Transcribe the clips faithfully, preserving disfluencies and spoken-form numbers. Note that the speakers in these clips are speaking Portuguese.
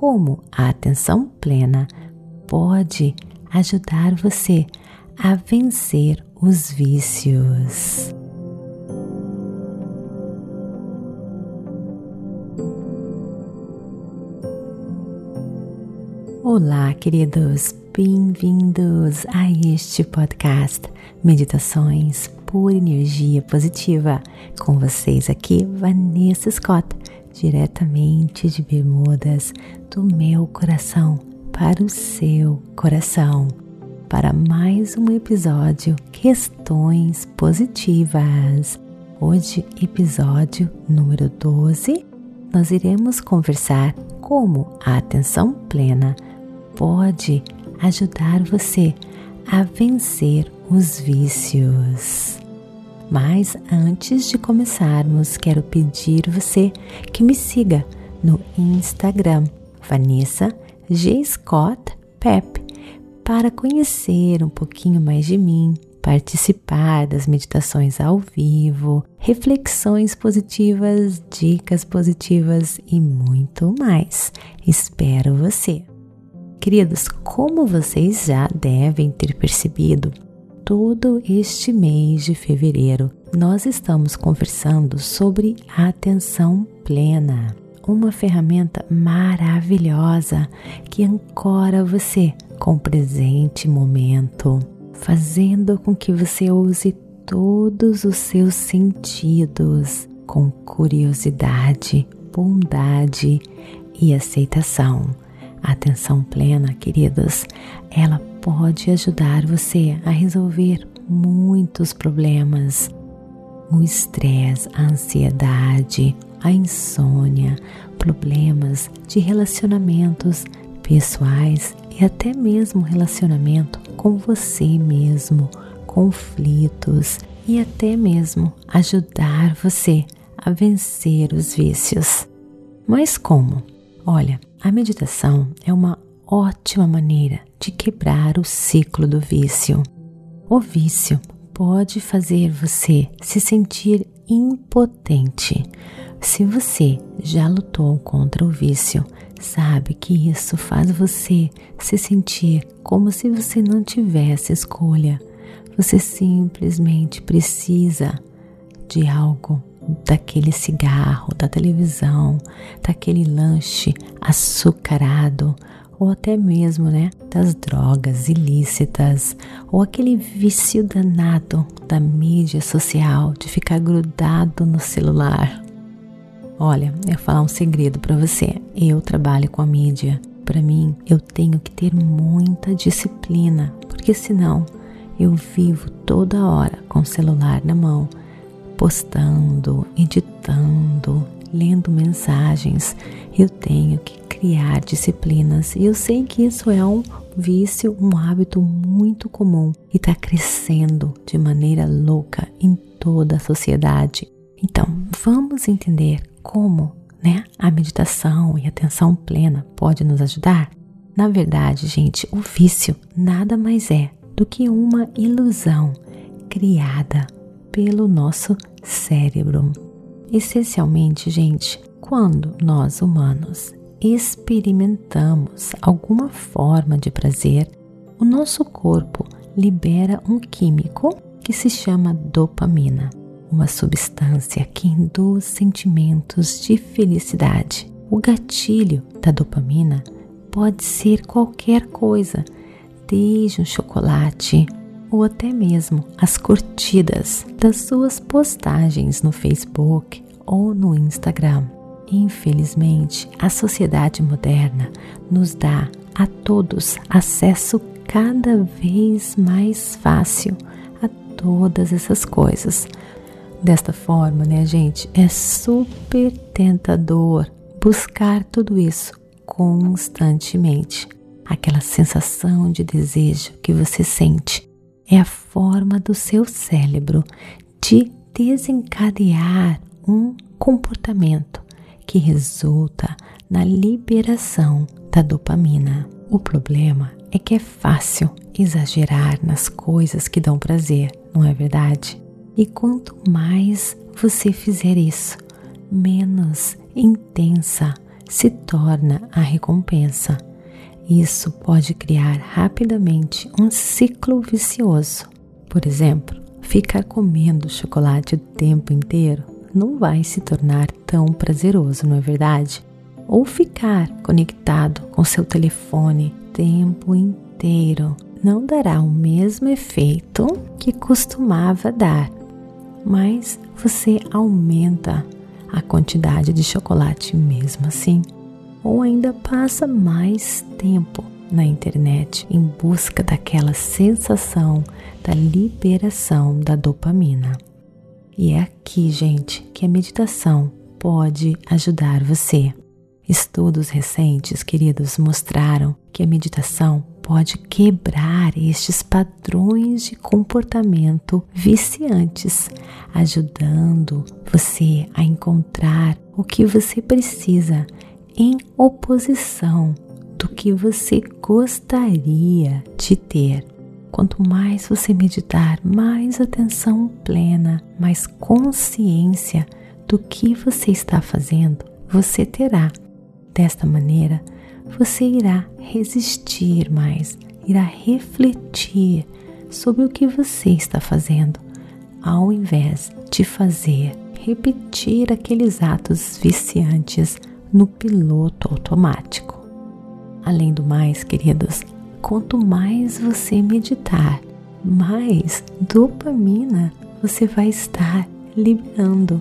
como a atenção plena pode ajudar você a vencer os vícios. Olá, queridos, bem-vindos a este podcast Meditações por Energia Positiva. Com vocês aqui, Vanessa Scott, diretamente de Bermudas, do meu coração para o seu coração, para mais um episódio Questões Positivas. Hoje, episódio número doze, nós iremos conversar como a atenção plena pode ajudar você a vencer os vícios. Mas antes de começarmos, quero pedir você que me siga no Instagram, Vanessa G. Scott Pep, para conhecer um pouquinho mais de mim, participar das meditações ao vivo, reflexões positivas, dicas positivas e muito mais. Espero você! Queridos, como vocês já devem ter percebido, todo este mês de fevereiro nós estamos conversando sobre a atenção plena, uma ferramenta maravilhosa que ancora você com o presente momento, fazendo com que você use todos os seus sentidos com curiosidade, bondade e aceitação. A atenção plena, queridos, ela pode ajudar você a resolver muitos problemas. O estresse, a ansiedade, a insônia, problemas de relacionamentos pessoais e até mesmo relacionamento com você mesmo, conflitos e até mesmo ajudar você a vencer os vícios. Mas como? Olha, a meditação é uma ótima maneira de quebrar o ciclo do vício. O vício pode fazer você se sentir impotente. Se você já lutou contra o vício, sabe que isso faz você se sentir como se você não tivesse escolha. Você simplesmente precisa de algo, daquele cigarro, da televisão, daquele lanche açucarado, ou até mesmo, né, das drogas ilícitas, ou aquele vício danado da mídia social, de ficar grudado no celular. Olha, eu vou falar um segredo para você. Eu trabalho com a mídia. Para mim, eu tenho que ter muita disciplina, porque senão eu vivo toda hora com o celular na mão, postando, editando, lendo mensagens. Eu tenho que criar disciplinas e eu sei que isso é um vício, um hábito muito comum e está crescendo de maneira louca em toda a sociedade. Então, vamos entender como, né, a meditação e a atenção plena pode nos ajudar? Na verdade, gente, o vício nada mais é do que uma ilusão criada pelo nosso cérebro. Essencialmente, gente, quando nós humanos experimentamos alguma forma de prazer, o nosso corpo libera um químico que se chama dopamina, uma substância que induz sentimentos de felicidade. O gatilho da dopamina pode ser qualquer coisa, desde um chocolate ou até mesmo as curtidas das suas postagens no Facebook ou no Instagram. Infelizmente, a sociedade moderna nos dá a todos acesso cada vez mais fácil a todas essas coisas. Desta forma, né, gente, é super tentador buscar tudo isso constantemente. Aquela sensação de desejo que você sente é a forma do seu cérebro de desencadear um comportamento que resulta na liberação da dopamina. O problema é que é fácil exagerar nas coisas que dão prazer, não é verdade? E quanto mais você fizer isso, menos intensa se torna a recompensa. Isso pode criar rapidamente um ciclo vicioso. Por exemplo, ficar comendo chocolate o tempo inteiro não vai se tornar tão prazeroso, não é verdade? Ou ficar conectado com seu telefone o tempo inteiro não dará o mesmo efeito que costumava dar, mas você aumenta a quantidade de chocolate mesmo assim, ou ainda passa mais tempo na internet em busca daquela sensação da liberação da dopamina. E é aqui, gente, que a meditação pode ajudar você. Estudos recentes, queridos, mostraram que a meditação pode quebrar estes padrões de comportamento viciantes, ajudando você a encontrar o que você precisa em oposição do que você gostaria de ter. Quanto mais você meditar, mais atenção plena, mais consciência do que você está fazendo, você terá. Desta maneira, você irá resistir mais, irá refletir sobre o que você está fazendo, ao invés de fazer, repetir aqueles atos viciantes no piloto automático. Além do mais, queridos, quanto mais você meditar, mais dopamina você vai estar liberando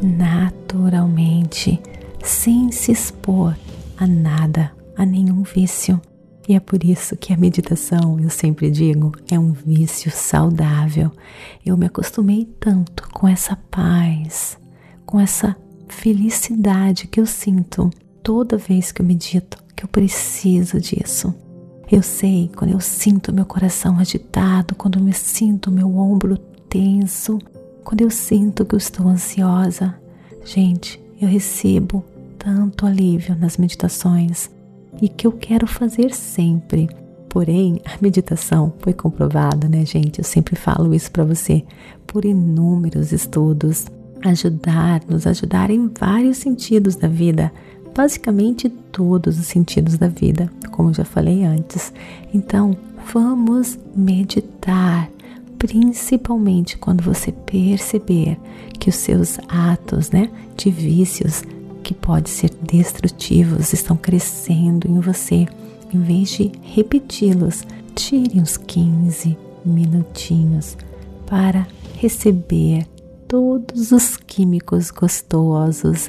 naturalmente, sem se expor a nada, a nenhum vício. E é por isso que a meditação, eu sempre digo, é um vício saudável. Eu me acostumei tanto com essa paz, com essa felicidade que eu sinto toda vez que eu medito, que eu preciso disso. Eu sei quando eu sinto meu coração agitado, quando eu me sinto meu ombro tenso, quando eu sinto que eu estou ansiosa. Gente, eu recebo tanto alívio nas meditações e que eu quero fazer sempre. Porém, a meditação foi comprovada, né, gente? Eu sempre falo isso para você, por inúmeros estudos, ajudar, nos ajudar em vários sentidos da vida, basicamente todos os sentidos da vida, como eu já falei antes. Então, vamos meditar, principalmente quando você perceber que os seus atos, né, de vícios que podem ser destrutivos estão crescendo em você. Em vez de repeti-los, tire uns quinze minutinhos para receber todos os químicos gostosos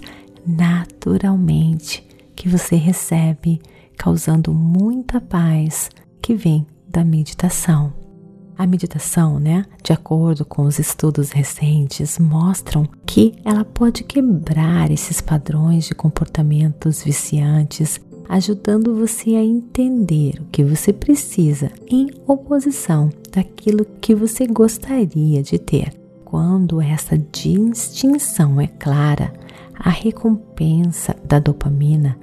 naturalmente que você recebe, causando muita paz que vem da meditação. A meditação, né, de acordo com os estudos recentes, mostram que ela pode quebrar esses padrões de comportamentos viciantes, ajudando você a entender o que você precisa em oposição daquilo que você gostaria de ter. Quando essa distinção é clara, a recompensa da dopamina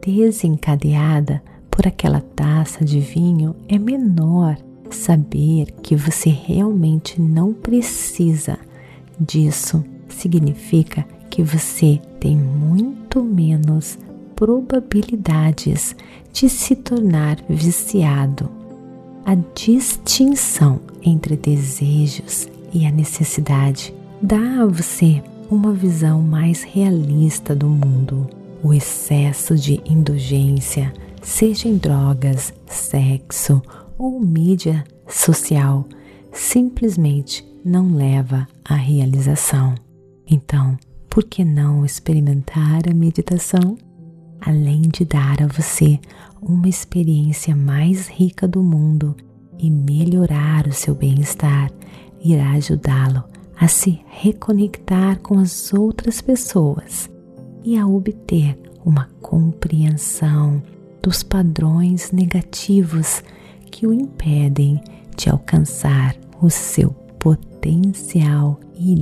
desencadeada por aquela taça de vinho é menor. Saber que você realmente não precisa disso significa que você tem muito menos probabilidades de se tornar viciado. A distinção entre desejos e a necessidade dá a você uma visão mais realista do mundo. O excesso de indulgência, seja em drogas, sexo ou mídia social, simplesmente não leva à realização. Então, por que não experimentar a meditação? Além de dar a você uma experiência mais rica do mundo e melhorar o seu bem-estar, irá ajudá-lo a se reconectar com as outras pessoas e a obter uma compreensão dos padrões negativos que o impedem de alcançar o seu potencial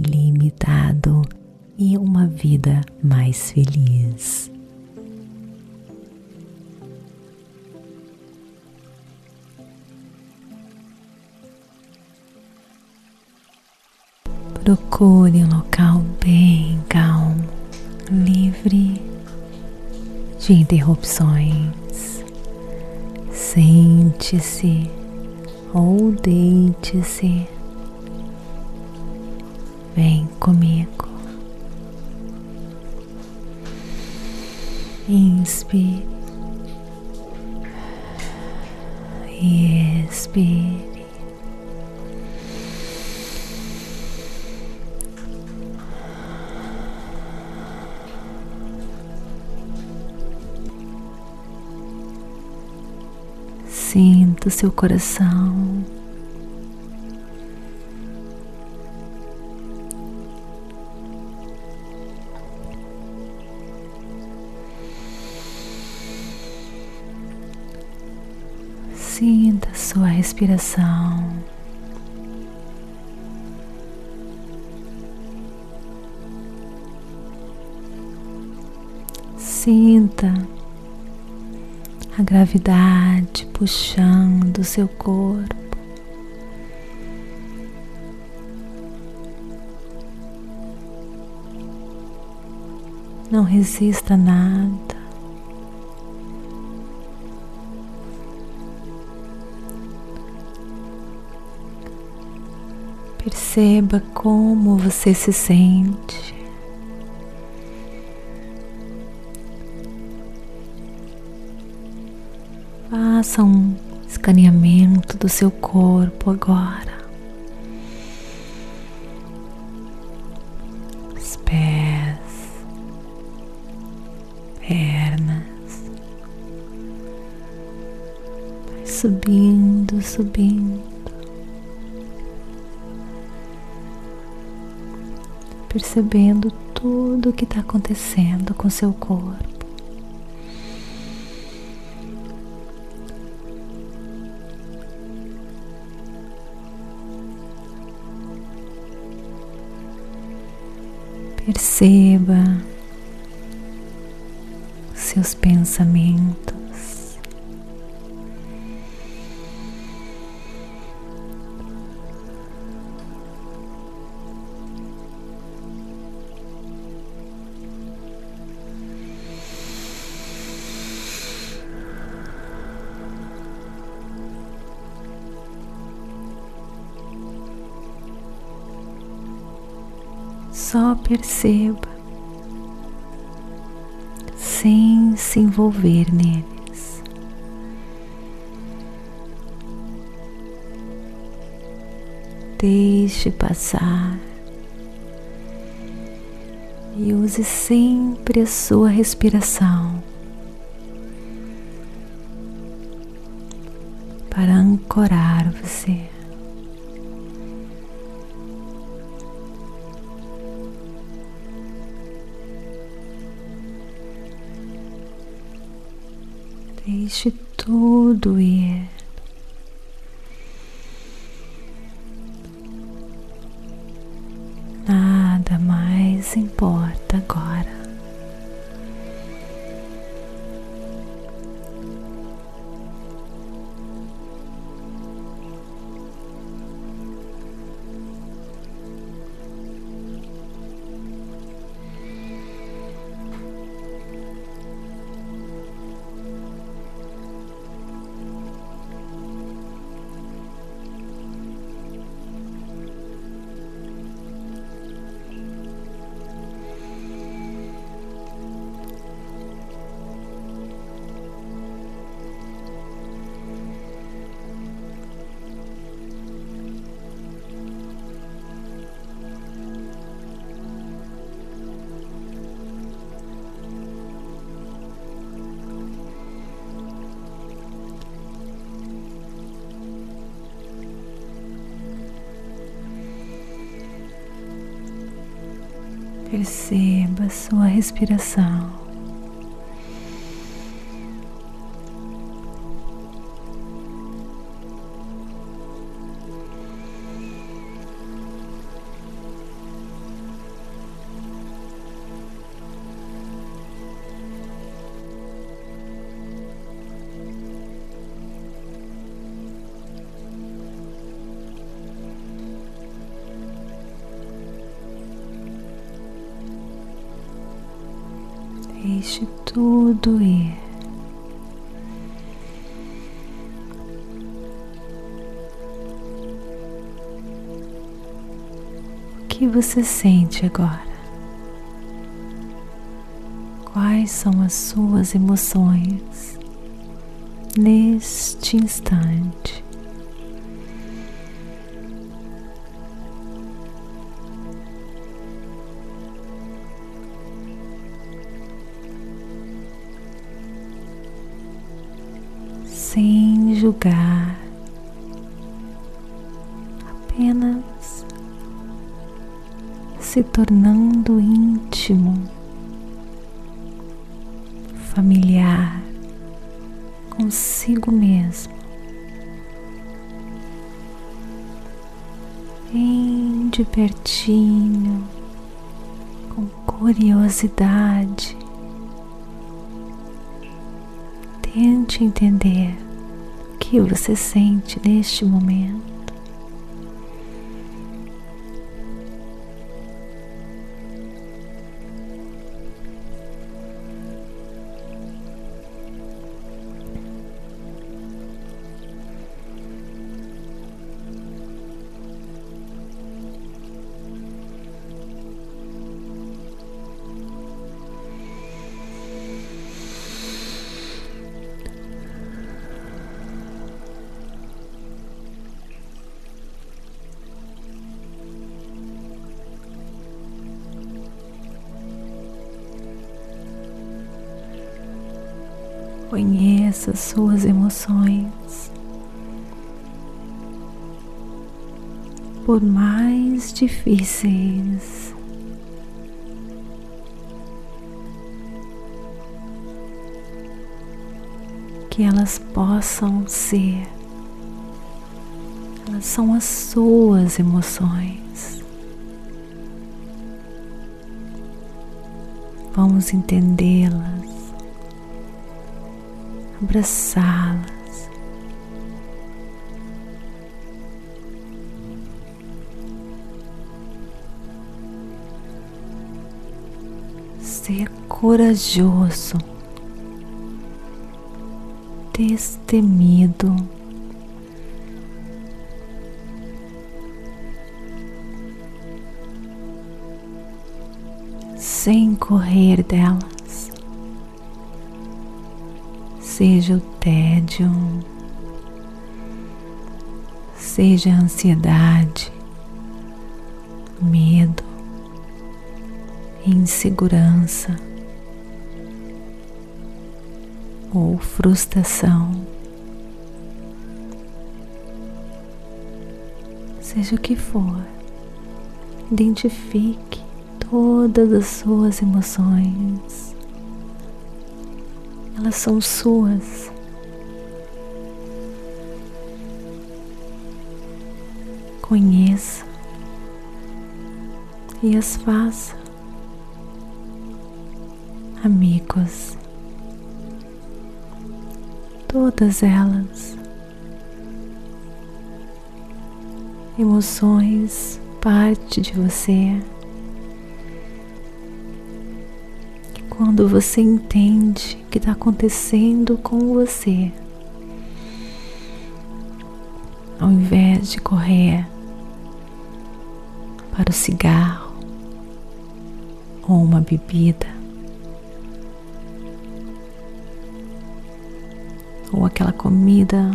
ilimitado e uma vida mais feliz. Procure um local bem calmo, livre de interrupções. Sente-se ou deite-se. Vem comigo. Inspire e expire. Sinta o seu coração. Sinta a sua respiração. Sinta a gravidade puxando o seu corpo. Não resista a nada. Perceba como você se sente. Faça um escaneamento do seu corpo agora. Os pés, pernas. Vai subindo, subindo. Percebendo tudo o que está acontecendo com seu corpo. Perceba seus pensamentos. Só perceba, sem se envolver neles. Deixe passar e use sempre a sua respiração para ancorar você. Deixe tudo ir. Nada mais importa agora. Perceba a sua respiração. Deixe tudo ir. O que você sente agora? Quais são as suas emoções neste instante? Sem julgar, apenas se tornando íntimo, familiar consigo mesmo, bem de pertinho, com curiosidade. Tente entender o que você sente neste momento. Conheça suas emoções. Por mais difíceis que elas possam ser, elas são as suas emoções. Vamos entendê-las, abraçá-las, ser corajoso, destemido, sem correr delas. Seja o tédio, seja a ansiedade, medo, insegurança ou frustração, seja o que for, identifique todas as suas emoções. Elas são suas. Conheça e as faça amigos. Todas elas, emoções, parte de você. Quando você entende o que está acontecendo com você, ao invés de correr para o cigarro ou uma bebida, ou aquela comida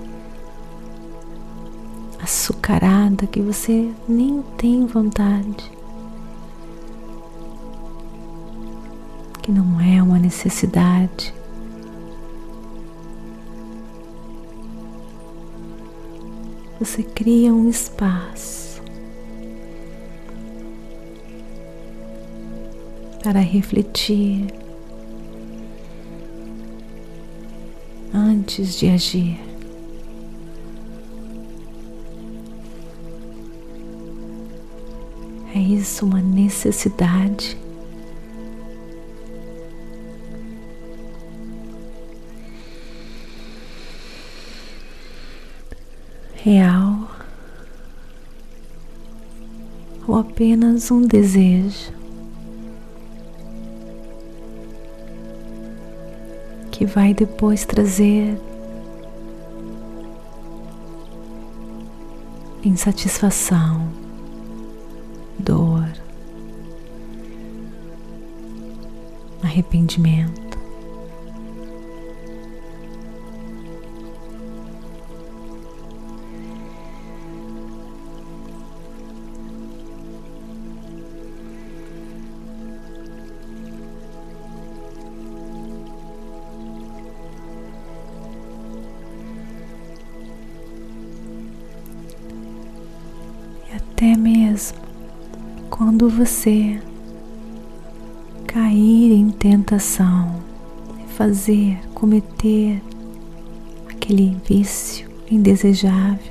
açucarada que você nem tem vontade, que não é uma necessidade. Você cria um espaço para refletir antes de agir. É isso uma necessidade? Real ou apenas um desejo? que vai depois trazer insatisfação, dor, arrependimento. Até mesmo quando você cair em tentação e fazer, cometer aquele vício indesejável,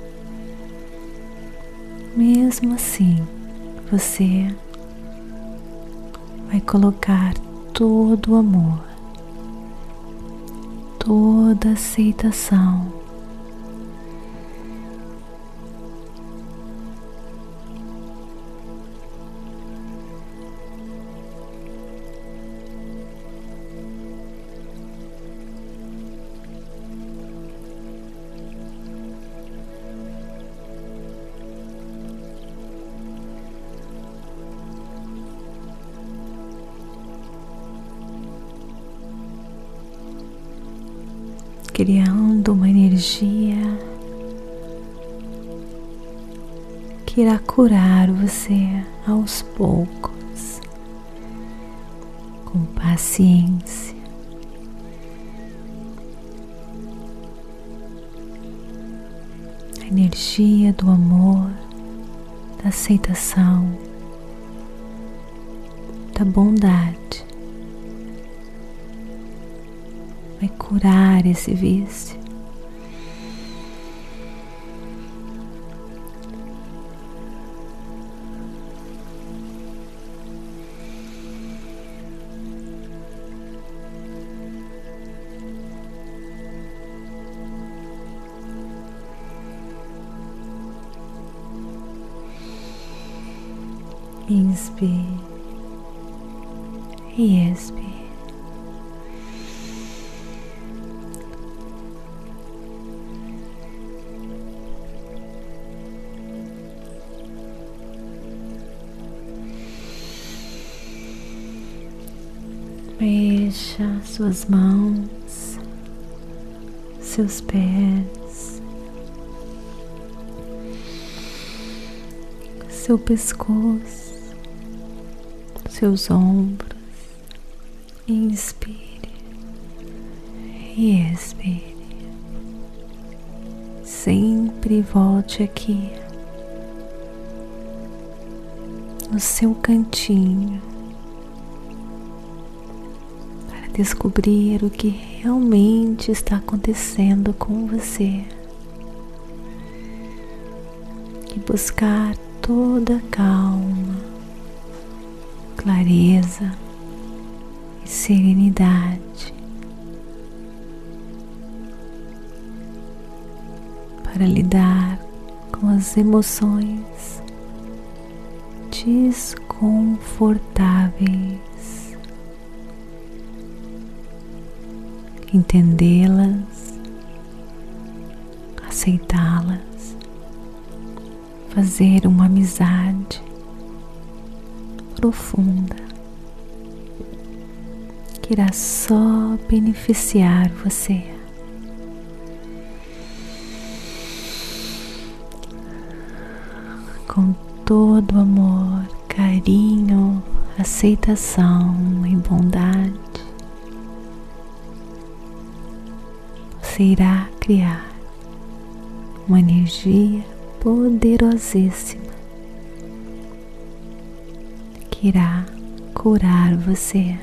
mesmo assim você vai colocar todo o amor, toda a aceitação, criando uma energia que irá curar você aos poucos, com paciência. A energia do amor, da aceitação, da bondade vai curar esse vício. Inspire e expire. Mexa suas mãos, seus pés, seu pescoço, seus ombros. Inspire e expire. Sempre volte aqui no seu cantinho para descobrir o que realmente está acontecendo com você e buscar toda a calma, clareza e serenidade para lidar com as emoções desconfortáveis, entendê-las, aceitá-las, fazer uma amizade profunda que irá só beneficiar você. Com todo amor, carinho, aceitação e bondade, você irá criar uma energia poderosíssima que irá curar você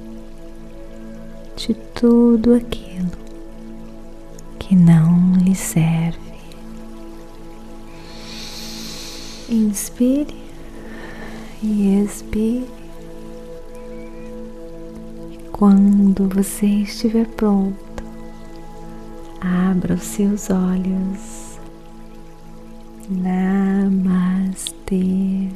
de tudo aquilo que não lhe serve. Inspire e expire. E quando você estiver pronto, abra os seus olhos. Namastê.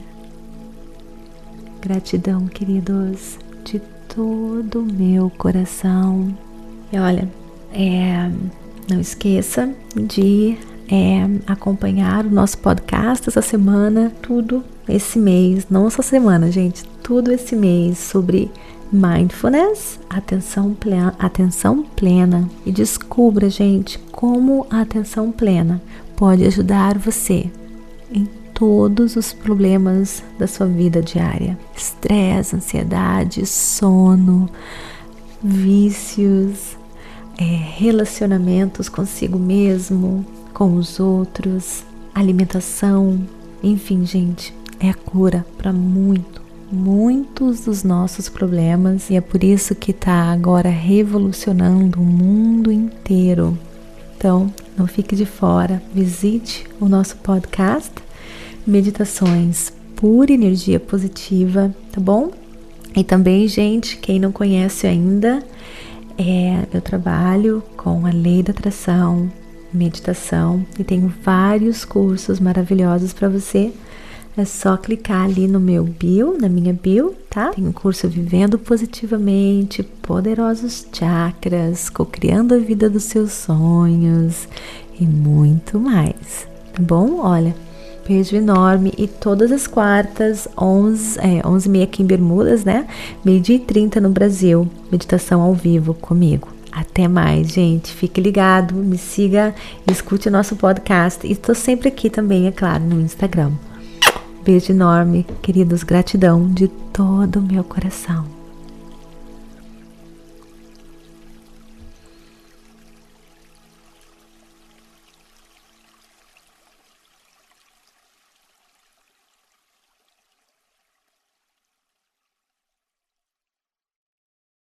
Gratidão, queridos, de todo o meu coração. E olha, é, não esqueça de é, acompanhar o nosso podcast essa semana, tudo esse mês, não essa semana, gente, tudo esse mês sobre mindfulness, atenção plena, atenção plena. E descubra, gente, como a atenção plena pode ajudar você em todos os problemas da sua vida diária. Estresse, ansiedade, sono, vícios, é, relacionamentos consigo mesmo, com os outros, alimentação, enfim, gente, é a cura para muito, muitos dos nossos problemas, e é por isso que está agora revolucionando o mundo inteiro. Então, não fique de fora, visite o nosso podcast Meditações Pura Energia Positiva, tá bom? E também, gente, quem não conhece ainda, é, eu trabalho com a Lei da Atração, meditação, e tenho vários cursos maravilhosos para você. É só clicar ali no meu bio, na minha bio, tá? Tem um curso Vivendo Positivamente, Poderosos Chakras, Co-criando a Vida dos Seus Sonhos e muito mais, tá bom? Olha, beijo enorme, e todas as quartas, onze, é, onze e meia aqui em Bermudas, né? meio-dia e trinta no Brasil, meditação ao vivo comigo. Até mais, gente. Fique ligado, me siga e escute o nosso podcast. E estou sempre aqui também, é claro, no Instagram. Beijo enorme, queridos. Gratidão de todo o meu coração.